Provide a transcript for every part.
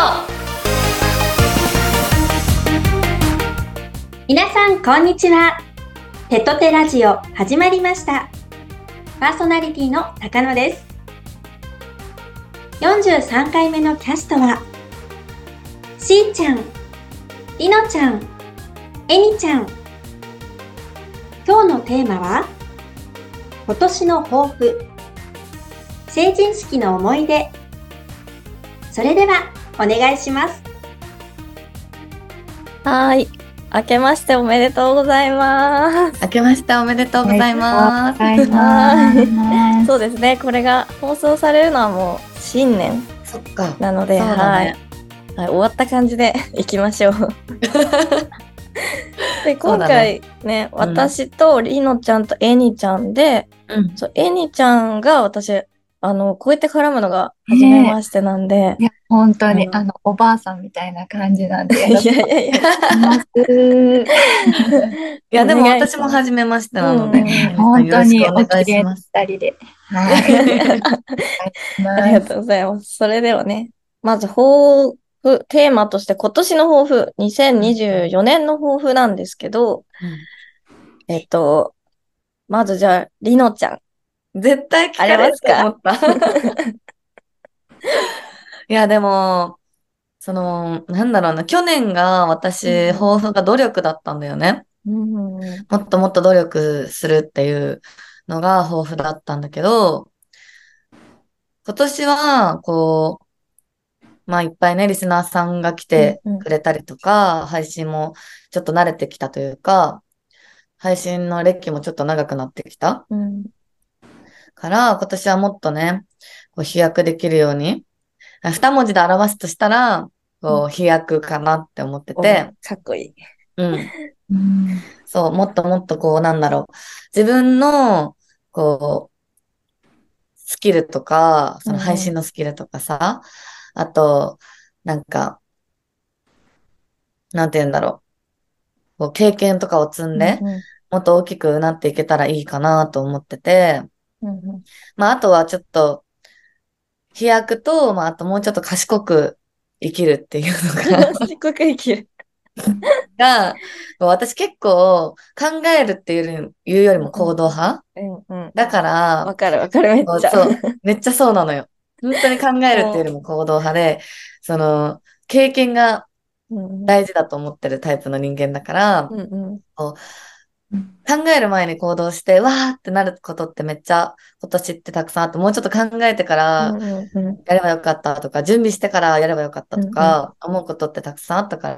皆さんこんにちは。ペトテラジオ始まりました。パーソナリティの高野です。43回目のキャストはしーちゃん、りのちゃん、えにちゃん。今日のテーマは今年の抱負、成人式の思い出。それではお願いします。 はい。明けましておめでとうございます。 明けましておめでとうございます。 そうですね。これが放送されるのはもう新年なので、はい、終わった感じでいきましょう。で、今回ね、私とりのちゃんとえにちゃんで、えにちゃんが私、こうやって絡むのが初めましてなんで。 いや、本当に、おばあさんみたいな感じなんで。いや、でも私も初めましてなので、 本当にお綺麗な二人で。 はい。ありがとうございます。それではね、まずテーマとして今年の抱負、2024年の抱負なんですけど、まずじゃあ、りのちゃん。 絶対聞かれると思った。いや、でも、なんだろうな、去年が私、抱負が努力だったんだよね。もっともっと努力するっていうのが抱負だったんだけど、今年は、いっぱいね、リスナーさんが来てくれたりとか、配信もちょっと慣れてきたというか、配信の歴もちょっと長くなってきた。から、今年はもっとね、飛躍できるように、二文字で表すとしたら、飛躍かなって思ってて。 かっこいい。 そう、もっともっと自分の、スキルとか、その配信のスキルとかさ、あと、なんて言うんだろう。経験とかを積んで、もっと大きくなっていけたらいいかなと思ってて、あとはちょっと、飛躍と、あともうちょっと賢く生きるっていうのが。 賢く生きる。 私結構考えるっていうよりも行動派、だから、 わかるめっちゃ。 そう、めっちゃそうなのよ。本当に考えるっていうよりも行動派で、経験が大事だと思ってるタイプの人間だから、考える前に行動して、わーってなることってめっちゃ今年ってたくさんあって、もうちょっと考えてからやればよかったとか、準備してからやればよかったとか、思うことってたくさんあったから、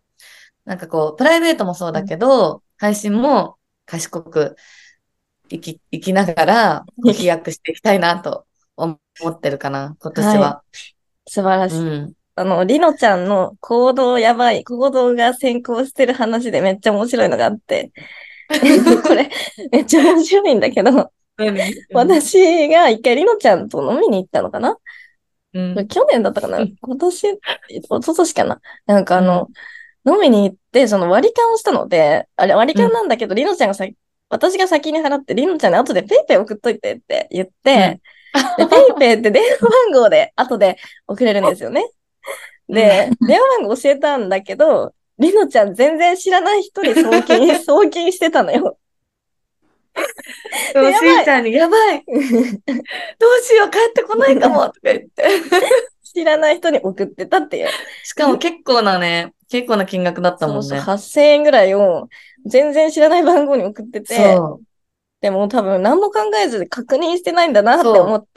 プライベートもそうだけど、配信も賢く生きながら飛躍していきたいなと思ってるかな、今年は。 はい、素晴らしい。りのちゃんの行動が先行してる話でめっちゃ面白いのがあって、これめっちゃ面白いんだけど、私が一回りのちゃんと飲みに行ったのかな、去年だったかな、今年、一昨年かな、飲みに行って、割り勘をしたので、あれ割り勘なんだけど、りのちゃんが私が先に払って、りのちゃんに後でペイペイ送っといてって言って、で、ペイペイって電話番号で後で送れるんですよね。で、電話番号教えたんだけど、りのちゃん全然知らない人に送金してたのよ。 でもしーちゃんに、やばいどうしよう、帰ってこないかもとか言って。 知らない人に送ってたっていう。 しかも結構な金額だったもんね。 そう8000円ぐらいを全然知らない番号に送ってて。でも多分何も考えず確認してないんだなって思って。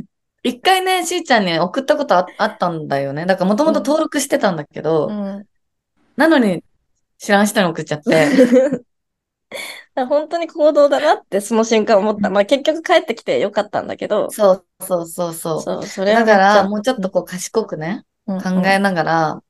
一回ね、しーちゃんに送ったことあったんだよね。だからもともと登録してたんだけど、なのに知らん人に送っちゃって。 本当に行動だなってその瞬間思った。結局帰ってきてよかったんだけど。 そう。だからもうちょっと賢くね、考えながら、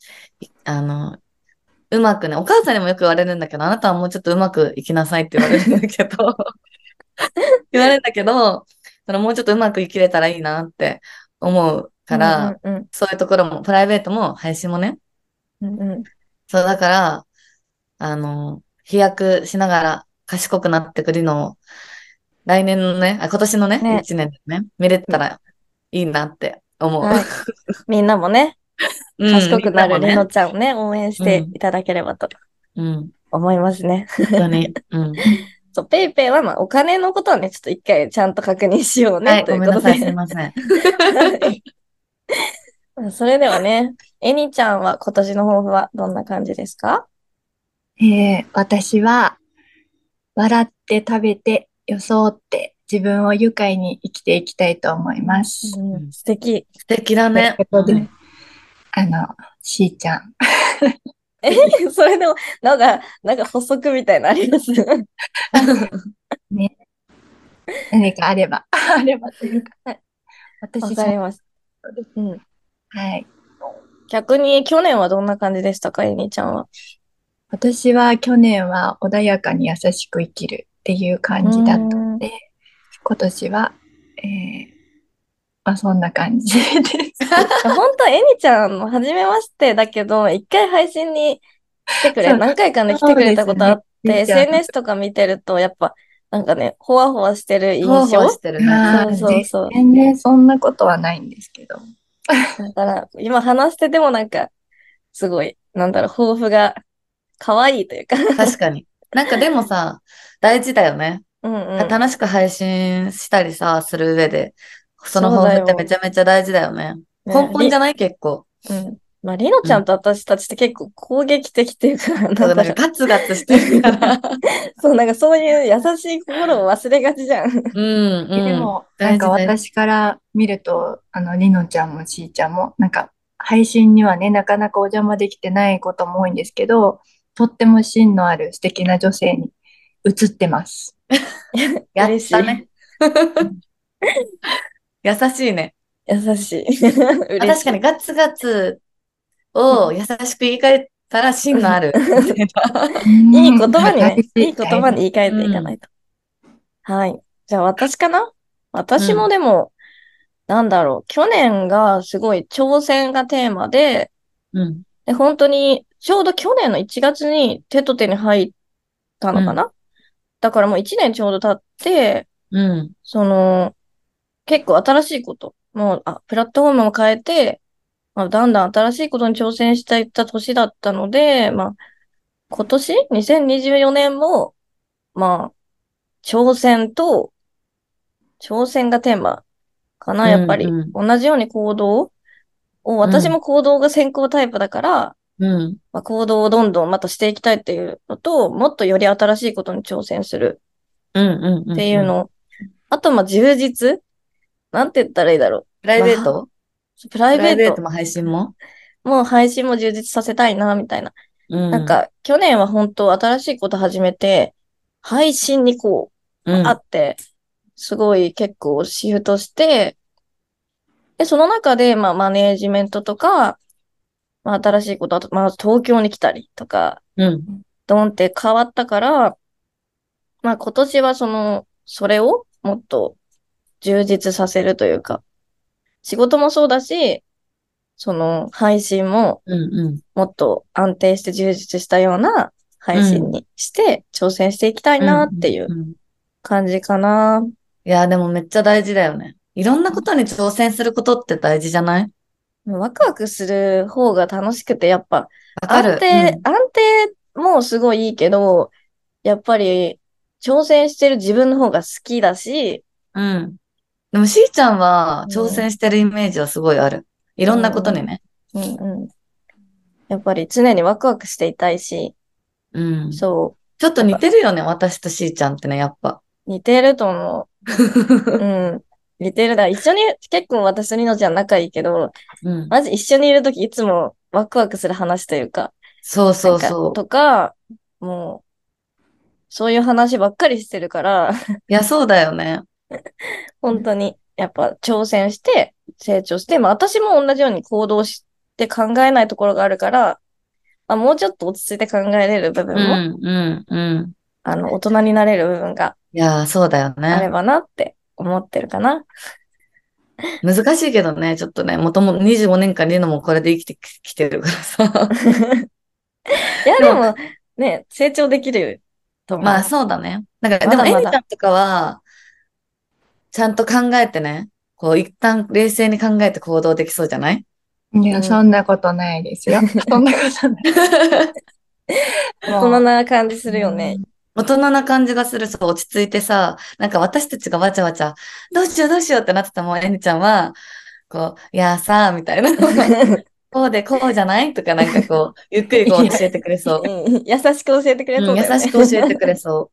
うまくね、お母さんにもよく言われるんだけど、あなたはもうちょっとうまく生きなさいって言われるんだけど、言われるんだけど、もうちょっとうまく生きれたらいいなって思うから、そういうところも、プライベートも配信もね。そう、だから、飛躍しながら賢くなってくるのを、来年のね、今年のね、1年でね、見れたらいいなって思う。 みんなもね、 賢くなるりのね。 ちゃんをね、応援していただければとうん。 思いますね。 本当に。うん。 そう、ペイペイはまあお金のことはね、ちょっと一回ちゃんと確認しようね、 はい、 ということで。 ごめんなさい、すいません。 はいそれではね、えにちゃんは今年の抱負はどんな感じですか？ 私は、笑って食べて、装って自分を愉快に生きていきたいと思います。 素敵。 素敵だね。 ということで、しーちゃん。 え、それでも、なんか補足みたいなのあります？ ね、何かあれば、あればというか、 わ私かります。 そうです。 うん。 はい。 逆に去年はどんな感じでしたか、えにちゃんは。 私は去年は穏やかに優しく生きるっていう感じだったので、今年は、えーまあそんな感じです。 本当、えにちゃん、はじめましてだけど、一回配信に来てくれ、 そう、 何回かね、来てそうくれですね。 たことあって、 しーちゃん。 SNS とか見てると、やっぱ、なんかね、ほわほわしてるふわふわし印象。 てるね。 そうそうそう。 全然ね、そんなことはないんですけど。 だから、今話しててもなんか、すごい、抱負が可愛いというか確かに。なんかでもさ、大事だよね。 うんうん。 楽しく配信したりさ、する上で、そのそう抱負ってめだよ。 ちゃめちゃ大事だよね。根ね、 本じゃない結構。 うん。まあ、りのちうん。 ゃんと私たちって結構攻撃的っていうか、 そう、なんかガツガツしてるから。 そう、なんかそういう優しい心を忘れがちじゃん。 うん、うん。 でも、なんか大事大事。 私から見ると、りのちゃんもしーちゃんも、なんか、配信にはね、なかなかお邪魔できてないことも多いんですけど、とっても芯のある素敵な女性に映ってます。 やっ嬉しい。 たね。優しいね。 優しい。 あ、 嬉しい。 確かにガツガツを優しく言い換えたら芯のある女性だ。 ういい言ん、 葉にね、いい大事、大事。 言葉に言い換えていかうん。 ないと。はい。じゃあ私かな。私もうん。 でも、去年がすごい挑戦がテーマうん。 で、本当に、ちょうど去年の1月に手と手に入ったうん。 のかな。だからもう1年ちょうど経って、 うん。 その、結構新しいこと、もう、プラットフォームを変えて、まあ、だんだん新しいことに挑戦していった年だったので、まあ、今年、2024年も、まあ、挑戦と、挑戦がテーマかな、 うやっぱり。 ん。 同じように行動私うん。 も行動が先行タイプだから、 うん。 まあ、行動をどんどんまたしていきたいっていうのと、もっとより新しいことに挑戦するうん。うん。 っうん。うん。 ていうの。あと、まあ、充実なんて言ったらいいだろプラう。まあ、 イベートプラプライベート。 イベートも配信ももう配信も充実させたいな、みたいな。 うん。 去年は本当新しいこと始めて、配信にこう、 うん。 あって、すごい結構シフトして、で、その中で、まあ、マネージメントとか、まあ、新しいこと、あと、まあ、東京に来たりとか、 うん。 ドンって変わったから、まあ、今年はそれをもっと充実させるというか、仕事もそうだし、配信もうん。うん。 もっと安定して充実したような配信うん。 にして挑戦していきたいうん。 なっていううん。 感じかな。 いや、でもめっちゃ大事だよね。いろんなことに挑戦することって大事じゃない？ ワクワクする方が楽しくて、やっぱわかる。うん。 安定もすごいいいけど、やっぱり挑戦してる自分の方が好きだし、 うん。でもしーちゃんは挑うん、 戦してるイメージはすごいある。いろんなことうん、 にね。 うん、うん。やっぱり常にワクワクしていたいし、 うん。 そう。 ちょっとだから似てるよね、私としーちゃんってね、やっぱ。 似てると思う。うん。似てるだ。一緒に、結構私とニノちゃん仲いいけど、 うん。 マジ一緒にいるときいつもワクワクする話というか、 そうそうそとか、もう、そういう話ばっかりしてるから、 う。いや、そうだよね。 本当に、やっぱ挑戦して、成長して、まあ私も同じように行動して考えないところがあるから、まあ、もうちょっと落ち着いて考えれる部分も、 うん、うん、うん。 大人になれる部分がいや、そうだよね。 あればなって思ってるかな。 難しいけどね、ちょっとね、もともと25年間リノもこれで生きてきてるからさ。 いや、 でも、 でも、ね、成長できるとまあ思そうだね。なんか、 う。までもエだまだ。 ミちゃんとかは、ちゃんと考えてね、こう一旦冷静に考えて行動できそうじゃない？ いや、そんなことないですよ。そんなことない。 大人な感じするよね。 大人な感じがする。そう、落ち着いてさ、なんか私たちがわちゃわちゃ、どうしようどうしようってなってたもん、えみちゃんは、こう、いやさ、みたいな。こうでこうじゃないとかなんかこう、ゆっくりこう教えてくれそう。 優しく教えてくれそう優だよね。 しく教えてくれそう。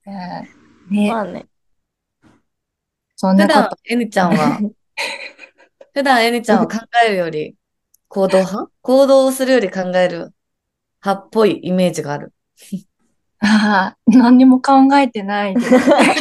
ね、 まあね。 普段、 そんなこと。 えみちゃんは、普段えみちゃんは考えるより行動をするより考える派っぽいイメージがある。 ああ、何にも考えてないです。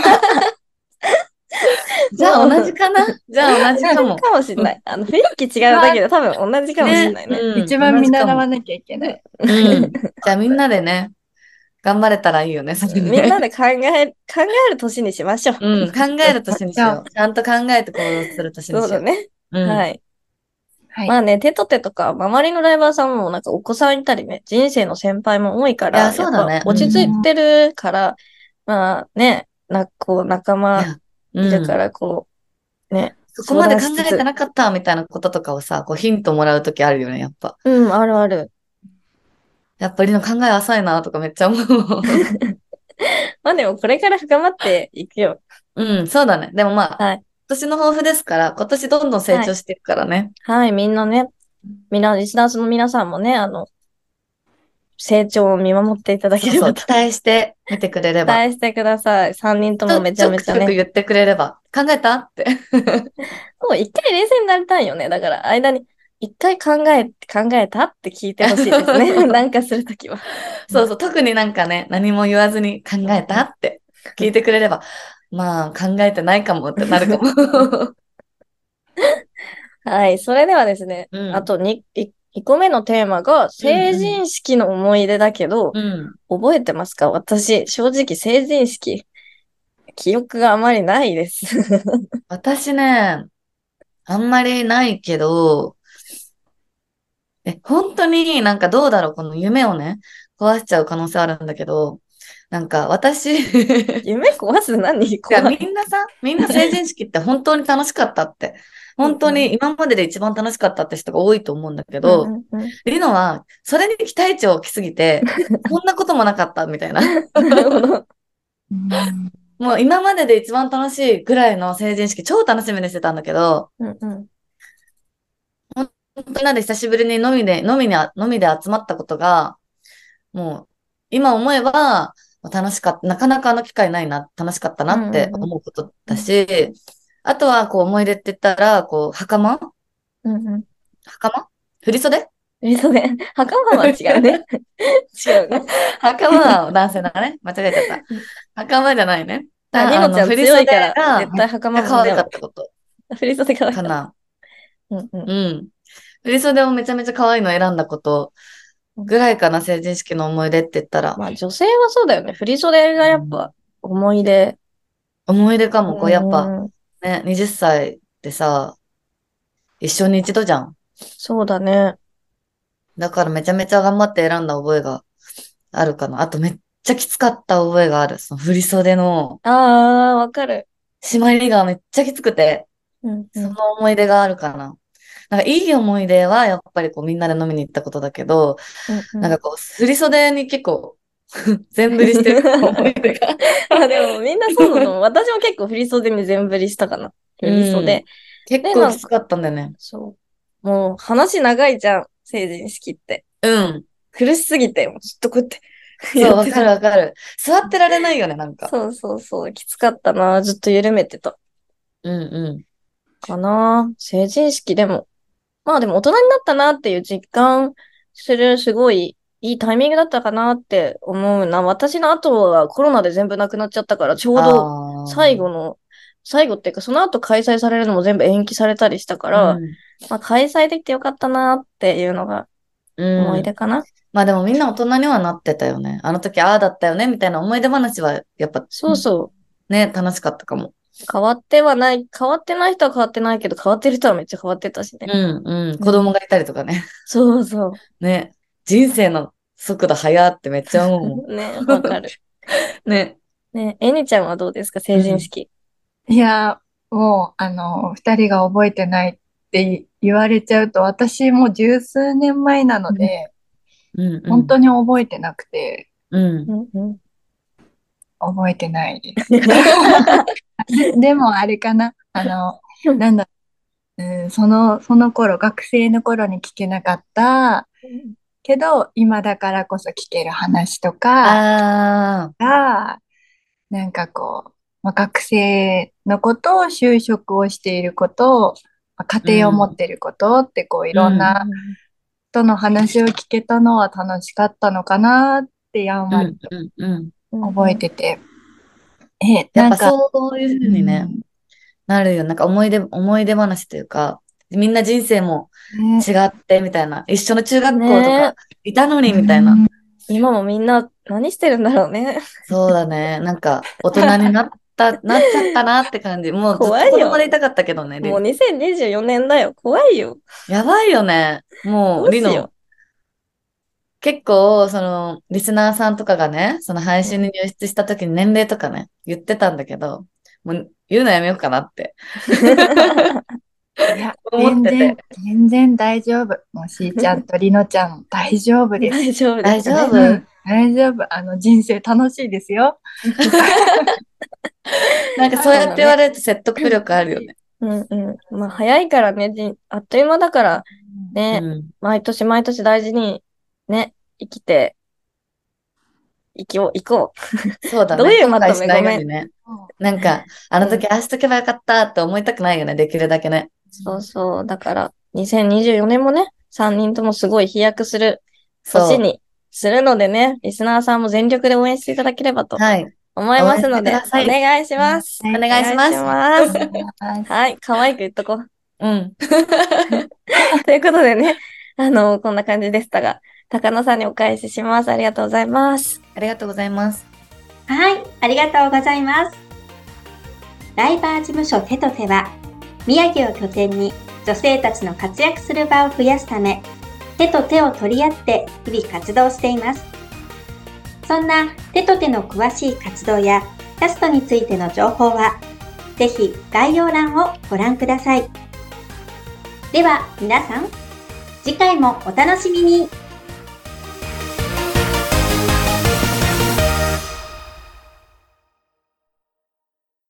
じゃあ同じかな。じゃあ同じかも。 かもしんない。雰囲気違うだけで多分同じかもしんないね。 一番見同じかも。 習わなきゃいけない。 じゃあみんなでね、頑張れたらいいよね、それみんなね。 で考える年にしましょう。 考える年にしよう。ちゃんと考えて行動する年にしよそうだね。 う。 はい。 はい。 まあね、テトテとか、周りのライバーさんもなんかお子さんいたりね、人生の先輩も多いかいや、 ら、やっぱそうだね。 落ち着いてるから、まあね、こう仲間いや、 いるから、こう、ね、 そこまで考えて相談しつつ。 なかったみたいなこととかをさ、こうヒントもらうときあるよね、やっぱ。 うん、あるある。 やっぱりの考え浅いなとかめっちゃ思う。 まあでもこれから深まっていくよ。 そうだね。でもまあ、 はい。 今年の抱負ですから、今年どんどん成はい。 長していくからね。 はい、みんなね、リスナーズの皆さんもね、成長を見守っていただけそうそう、 ればと。 期待して見てくれれば。 期待してください。3人ともめちゃちょくちょくめちゃね。 言ってくれれば。考えたって。 もう一回冷静になりたいよね。だから間に一回考えたって聞いてほしいですね。なんかするときは。 そうそう、特になんかね、何も言わずに考えたって聞いてくれれば、まあ考えてないかもってなるかも。 はい。それではですね、 うん、 あと2個目のテーマが、 うん、 成うん、 人式の思い出だけど、 うん。 覚えてますか？私、正直成人式、記憶があまりないです。 私ね、あんまりないけど、本当になんかどうだろう、この夢をね、壊しちゃう可能性あるんだけど、なんか私夢壊す何いや、 怖い。 みんな成人式って本当に楽しかったって。本当うんうん。 に今までで一番楽しかったって人が多いと思うんだけうど、 んうんうん。 リノはそれに期待値を置きすぎて、こんなこともなかったみたいな。 なるほど。 もう今までで一番楽しいぐらいの成人式超楽しみにしてたんだけど、 うんうん。 本当にみんなで久しぶりに飲みで集まったことが、もう今思えば楽しかった、なかなかあの機会ないな、楽しかったなってうんうんうん。 思うことだし、あとはこう思い出って言ったら、こう、 うんうん。 袴振り袖そうね。袴は違うね。違うね。 袴は男性だね。間違えちゃった。袴じゃないね。 りのちゃん振り袖強いから、 がめっ絶対ちゃ可愛袴も似合う。 かったこと振り袖可愛かった。 かな。 うんうん。 うん。振り袖をめちゃめちゃ可愛いの選んだことぐらいかな、成人式の思い出って言ったら。 まあ女性はそうだよね。振り袖がやっぱ思い出。 思い出かも、こう、やっぱ、 うん。 ね、20歳でさ、一生に一度じゃん。 そうだね。 だからめちゃめちゃ頑張って選んだ覚えがあるかな。あとめっちゃきつかった覚えがある。その振り袖のああ、わかる。 締まりがめっちゃきつくて、 うんうん。 その思い出があるかな。なんかいい思い出はやっぱりこうみんなで飲みに行ったことだけど、 うんうん。 なんかこう振り袖に結構全振りしてる思い出が。 あ、でもみんなそうだと思う。私も結構振り袖に全振りしたかな。振りうん。 袖。 結で、なんか、 構きつかったんだよね。 そう。もう話長いじゃん。成人式って。 うん。 苦しすぎて、もうずっとこうやってそう、わかるやってた。 わかる。座ってられないよね、なんか。 そうそうそう。きつかったな。ずっと緩めてた。 うんうん。 かな。成人式でも。まあでも大人になったなっていう実感するすごいいいタイミングだったかなって思うな。私の後はコロナで全部なくなっちゃったから、ちょうあどあ。 最後っていうかその後開催されるのも全部延期されたりしたから、 うん。 まあ開催できてよかったなっていうのが思うん。 い出かな。 まあでもみんな大人にはなってたよね。あの時ああだったよね、みたいな思い出話はやっぱそうそう。 ね、楽しかったかも。 変わってない人は変わってないけど、変わってる人はめっちゃ変わってたしね。 うんうん。 うん。 子供がいたりとかね。 そうそね。人生の速度速ってめっちゃ思うもん。 う。ね、わかる。 ね。 ね、えにちゃんはどうですか、成うん。 人式。 いや、もう、二人が覚えてないっって言われちゃうと、私も十数年前なので、本当に覚えてなくて、覚えてないです。でもあれかな、なんだ、その頃、学生の頃に聞けなかったけど、今だからこそ聞ける話とかが、なんかこう、学生のこと、就職をしていること、家庭を持っていることって、こういろんな人の話を聞けたのは楽しかったのかなってやんわりと覚えてて。 やっぱそういうふうにね、なるよ。なんか思い出話というか、みんな人生も違ってみたいな、一緒の中学校とかいたのにみたいな。 今もみんな何してるんだろうね。 そうだね。なんか大人になっちゃったなって感じ。もうずっと子供でいたかったけどね。 もう2024年だよ。怖いよ。 やばいよね。もう、リノ。結構、リスナーさんとかがね、その配信に入室した時に年齢とかね、言ってたんだけど、もう言うのやめようかなって。 いや、全然大丈夫。もうしーちゃんとりのちゃん大丈夫です。 大丈夫です、ね。 大丈夫。人生楽しいですよ。 なんかそうやって言われると説得力あるよね。 まあ早いからね、あっという間だからね、毎年毎年大事にね、生きて、行こう。 そうだね。 どういうまとめごめん。 なんか、あの時ああしとけばよかったって思いたくないよね、できるだけね。 そうそう。だから、2024年もね、3人ともすごい飛躍する年にするのでね、リスナーさんも全力で応援していただければと思いますので、お願いします。 お願いします。 はい、可愛く言っとこう。ということでね、こんな感じでしたが、高野さんにお返しします。ありがとうございます。 ありがとうございます。 はい、ありがとうございます。ライバー事務所手と手は、宮城を拠点に女性たちの活躍する場を増やすため、手と手を取り合って日々活動しています。そんな手と手の詳しい活動やキャストについての情報は、ぜひ概要欄をご覧ください。では皆さん、次回もお楽しみに。